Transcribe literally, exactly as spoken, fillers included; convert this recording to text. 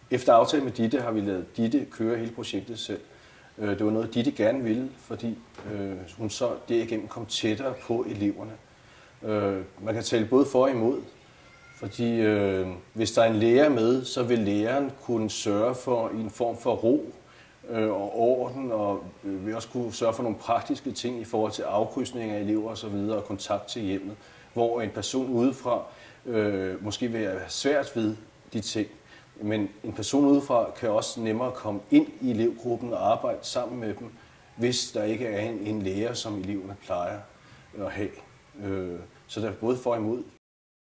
efter aftale med Ditte har vi lavet Ditte køre hele projektet selv. Det var noget, Ditte gerne ville, fordi øh, hun så derigennem kom tættere på eleverne. Øh, man kan tale både for og imod, fordi øh, hvis der er en lærer med, så vil læreren kunne sørge for en form for ro øh, og orden, og øh, vil også kunne sørge for nogle praktiske ting i forhold til afkrydsning af elever osv. og, og kontakt til hjemmet, hvor en person udefra øh, måske vil have svært ved de ting. Men en person udefra kan også nemmere komme ind i elevgruppen og arbejde sammen med dem, hvis der ikke er en, en lærer, som eleverne plejer at have. Så der er både for og imod.